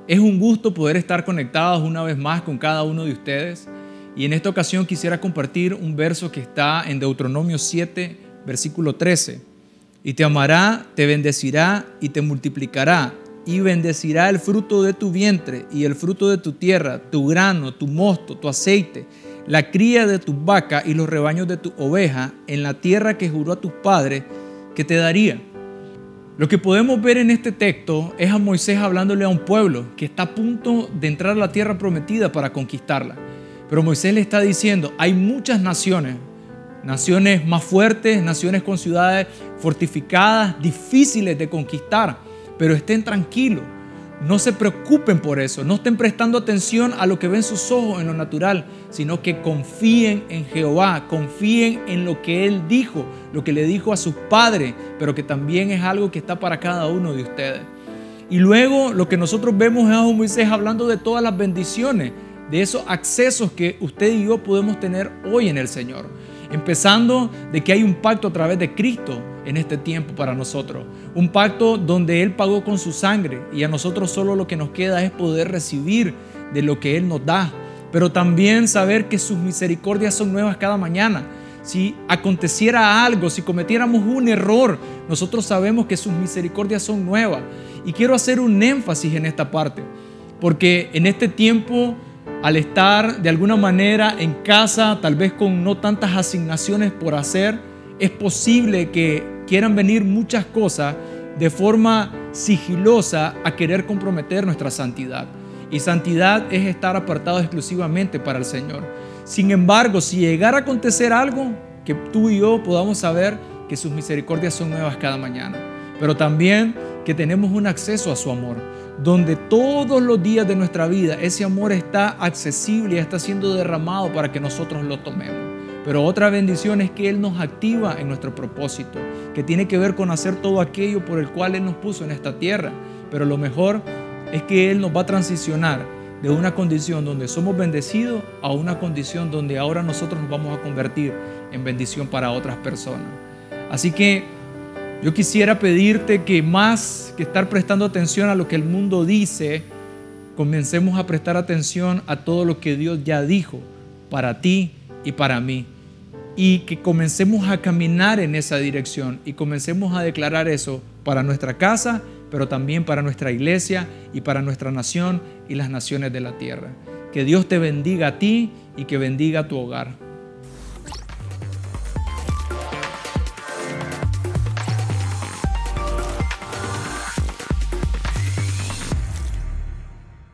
Es un gusto poder estar conectados una vez más con cada uno de ustedes. Y en esta ocasión quisiera compartir un verso que está en Deuteronomio 7, versículo 13. Y te amará, te bendecirá y te multiplicará, y bendecirá el fruto de tu vientre y el fruto de tu tierra, tu grano, tu mosto, tu aceite, la cría de tu vaca y los rebaños de tu oveja, en la tierra que juró a tus padres que te daría. Lo que podemos ver en este texto es a Moisés hablándole a un pueblo que está a punto de entrar a la tierra prometida para conquistarla. Pero Moisés le está diciendo, hay muchas naciones más fuertes, naciones con ciudades fortificadas, difíciles de conquistar, pero estén tranquilos, no se preocupen por eso, no estén prestando atención a lo que ven sus ojos en lo natural, sino que confíen en Jehová, confíen en lo que Él dijo, lo que le dijo a sus padres, pero que también es algo que está para cada uno de ustedes. Y luego lo que nosotros vemos es a Moisés hablando de todas las bendiciones, de esos accesos que usted y yo podemos tener hoy en el Señor. Empezando de que hay un pacto a través de Cristo en este tiempo para nosotros. Un pacto donde Él pagó con su sangre y a nosotros solo lo que nos queda es poder recibir de lo que Él nos da. Pero también saber que sus misericordias son nuevas cada mañana. Si aconteciera algo, si cometiéramos un error, nosotros sabemos que sus misericordias son nuevas. Y quiero hacer un énfasis en esta parte, porque en este tiempo, al estar de alguna manera en casa, tal vez con no tantas asignaciones por hacer, es posible que quieran venir muchas cosas de forma sigilosa a querer comprometer nuestra santidad. Y santidad es estar apartado exclusivamente para el Señor. Sin embargo, si llegara a acontecer algo, que tú y yo podamos saber que sus misericordias son nuevas cada mañana, pero también que tenemos un acceso a su amor, donde todos los días de nuestra vida ese amor está accesible y está siendo derramado para que nosotros lo tomemos. Pero otra bendición es que Él nos activa en nuestro propósito, que tiene que ver con hacer todo aquello por el cual Él nos puso en esta tierra. Pero lo mejor es que Él nos va a transicionar de una condición donde somos bendecidos a una condición donde ahora nosotros nos vamos a convertir en bendición para otras personas. Así que yo quisiera pedirte que más que estar prestando atención a lo que el mundo dice, comencemos a prestar atención a todo lo que Dios ya dijo para ti y para mí. Y que comencemos a caminar en esa dirección y comencemos a declarar eso para nuestra casa, pero también para nuestra iglesia y para nuestra nación y las naciones de la tierra. Que Dios te bendiga a ti y que bendiga a tu hogar.